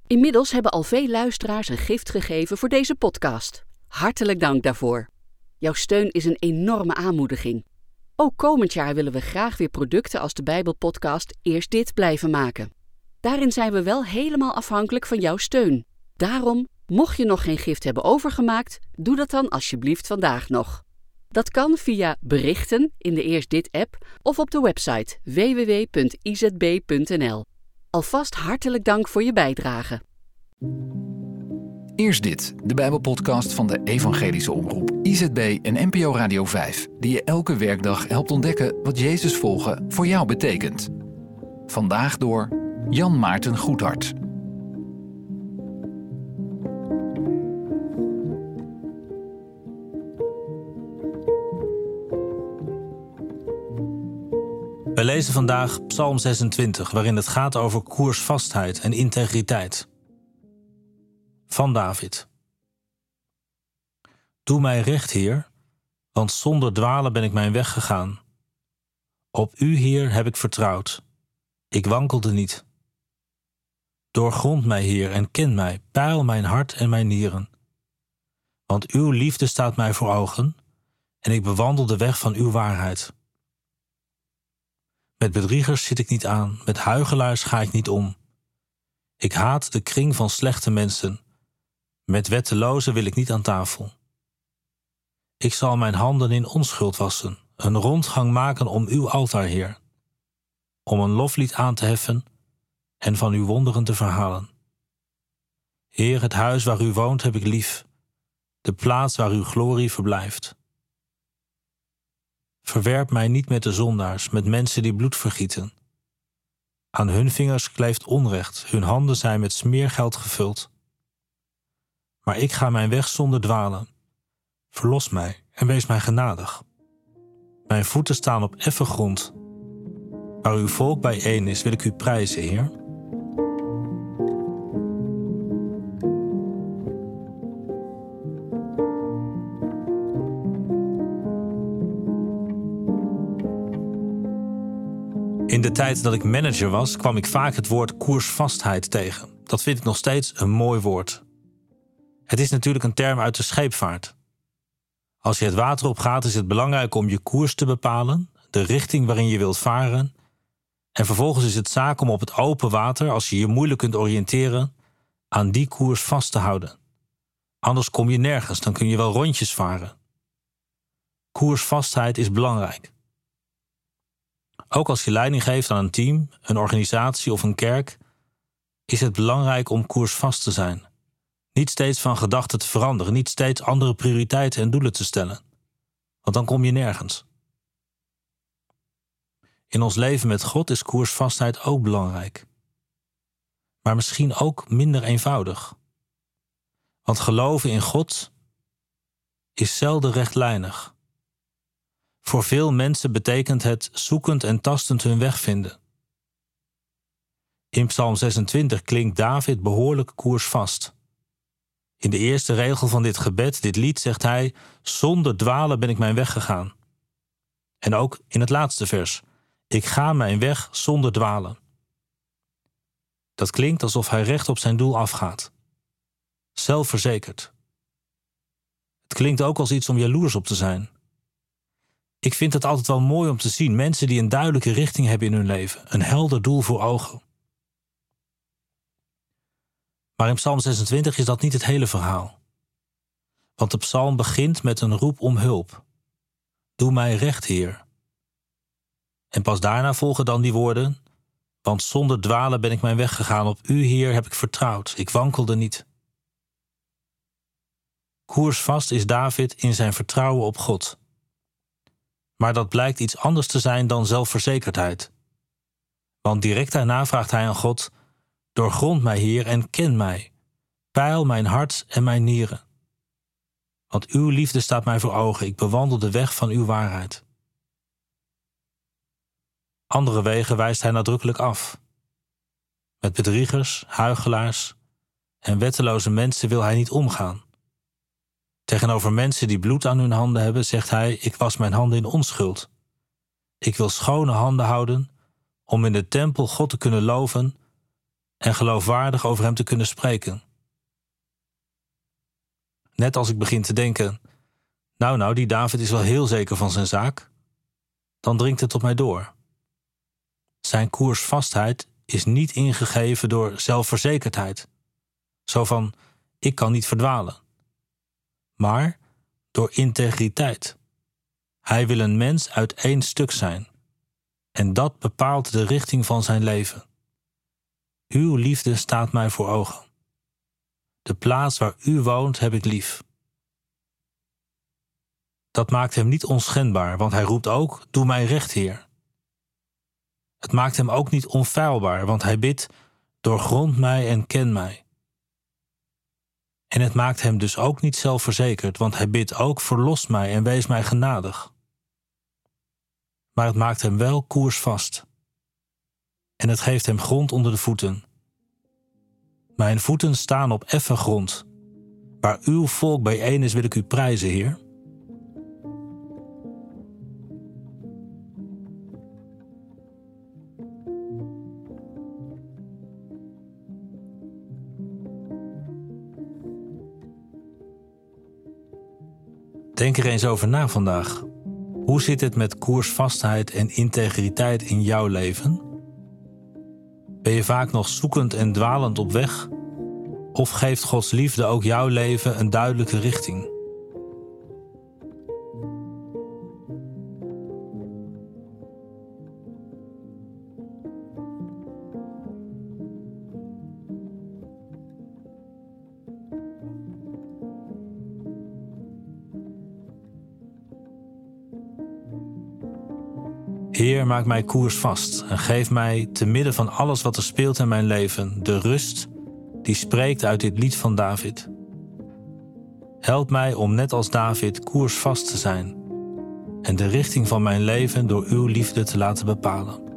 Inmiddels hebben al veel luisteraars een gift gegeven voor deze podcast. Hartelijk dank daarvoor. Jouw steun is een enorme aanmoediging. Ook komend jaar willen we graag weer producten als de Bijbelpodcast Eerst Dit blijven maken. Daarin zijn we wel helemaal afhankelijk van jouw steun. Daarom, mocht je nog geen gift hebben overgemaakt, doe dat dan alsjeblieft vandaag nog. Dat kan via berichten in de Eerst Dit-app of op de website www.izb.nl. Alvast hartelijk dank voor je bijdrage. Eerst Dit, de Bijbelpodcast van de Evangelische Omroep IZB en NPO Radio 5, die je elke werkdag helpt ontdekken wat Jezus volgen voor jou betekent. Vandaag door Jan Maarten Goedhart. We lezen vandaag Psalm 26, waarin het gaat over koersvastheid en integriteit. Van David. Doe mij recht, Heer, want zonder dwalen ben ik mijn weg gegaan. Op U, Heer, heb ik vertrouwd. Ik wankelde niet. Doorgrond mij, Heer, en ken mij, peil mijn hart en mijn nieren. Want Uw liefde staat mij voor ogen, en ik bewandel de weg van Uw waarheid. Met bedriegers zit ik niet aan, met huichelaars ga ik niet om. Ik haat de kring van slechte mensen. Met wettelozen wil ik niet aan tafel. Ik zal mijn handen in onschuld wassen, een rondgang maken om uw altaar, Heer. Om een loflied aan te heffen en van uw wonderen te verhalen. Heer, het huis waar u woont heb ik lief, de plaats waar uw glorie verblijft. Verwerp mij niet met de zondaars, met mensen die bloed vergieten. Aan hun vingers kleeft onrecht, hun handen zijn met smeergeld gevuld. Maar ik ga mijn weg zonder dwalen. Verlos mij en wees mij genadig. Mijn voeten staan op effen grond. Waar uw volk bijeen is, wil ik u prijzen, Heer. In de tijd dat ik manager was, kwam ik vaak het woord koersvastheid tegen. Dat vind ik nog steeds een mooi woord. Het is natuurlijk een term uit de scheepvaart. Als je het water op gaat, is het belangrijk om je koers te bepalen, de richting waarin je wilt varen. En vervolgens is het zaak om op het open water, als je je moeilijk kunt oriënteren, aan die koers vast te houden. Anders kom je nergens, dan kun je wel rondjes varen. Koersvastheid is belangrijk. Ook als je leiding geeft aan een team, een organisatie of een kerk, is het belangrijk om koersvast te zijn. Niet steeds van gedachten te veranderen, niet steeds andere prioriteiten en doelen te stellen. Want dan kom je nergens. In ons leven met God is koersvastheid ook belangrijk. Maar misschien ook minder eenvoudig. Want geloven in God is zelden rechtlijnig. Voor veel mensen betekent het zoekend en tastend hun weg vinden. In Psalm 26 klinkt David behoorlijk koersvast. In de eerste regel van dit gebed, dit lied, zegt hij: zonder dwalen ben ik mijn weg gegaan. En ook in het laatste vers: ik ga mijn weg zonder dwalen. Dat klinkt alsof hij recht op zijn doel afgaat. Zelfverzekerd. Het klinkt ook als iets om jaloers op te zijn. Ik vind het altijd wel mooi om te zien, mensen die een duidelijke richting hebben in hun leven, een helder doel voor ogen. Maar in Psalm 26 is dat niet het hele verhaal. Want de psalm begint met een roep om hulp. Doe mij recht, Heer. En pas daarna volgen dan die woorden: want zonder dwalen ben ik mijn weg gegaan, op U, Heer, heb ik vertrouwd, ik wankelde niet. Koersvast is David in zijn vertrouwen op God. Maar dat blijkt iets anders te zijn dan zelfverzekerdheid. Want direct daarna vraagt hij aan God: doorgrond mij, Heer, en ken mij. Peil mijn hart en mijn nieren. Want uw liefde staat mij voor ogen, ik bewandel de weg van uw waarheid. Andere wegen wijst hij nadrukkelijk af. Met bedriegers, huichelaars en wetteloze mensen wil hij niet omgaan. Tegenover mensen die bloed aan hun handen hebben, zegt hij: ik was mijn handen in onschuld. Ik wil schone handen houden om in de tempel God te kunnen loven en geloofwaardig over hem te kunnen spreken. Net als ik begin te denken, nou, die David is wel heel zeker van zijn zaak, dan dringt het tot mij door. Zijn koersvastheid is niet ingegeven door zelfverzekerdheid, zo van, ik kan niet verdwalen, maar door integriteit. Hij wil een mens uit één stuk zijn, en dat bepaalt de richting van zijn leven. Uw liefde staat mij voor ogen. De plaats waar u woont heb ik lief. Dat maakt hem niet onschendbaar, want hij roept ook, doe mij recht, Heer. Het maakt hem ook niet onfeilbaar, want hij bidt, doorgrond mij en ken mij. En het maakt hem dus ook niet zelfverzekerd, want hij bidt ook, verlos mij en wees mij genadig. Maar het maakt hem wel koersvast. En het geeft hem grond onder de voeten. Mijn voeten staan op effen grond. Waar uw volk bijeen is, wil ik u prijzen, Heer. Denk er eens over na vandaag. Hoe zit het met koersvastheid en integriteit in jouw leven? Ben je vaak nog zoekend en dwalend op weg? Of geeft Gods liefde ook jouw leven een duidelijke richting? Heer, maak mij koersvast en geef mij, te midden van alles wat er speelt in mijn leven, de rust die spreekt uit dit lied van David. Help mij om net als David koersvast te zijn en de richting van mijn leven door uw liefde te laten bepalen.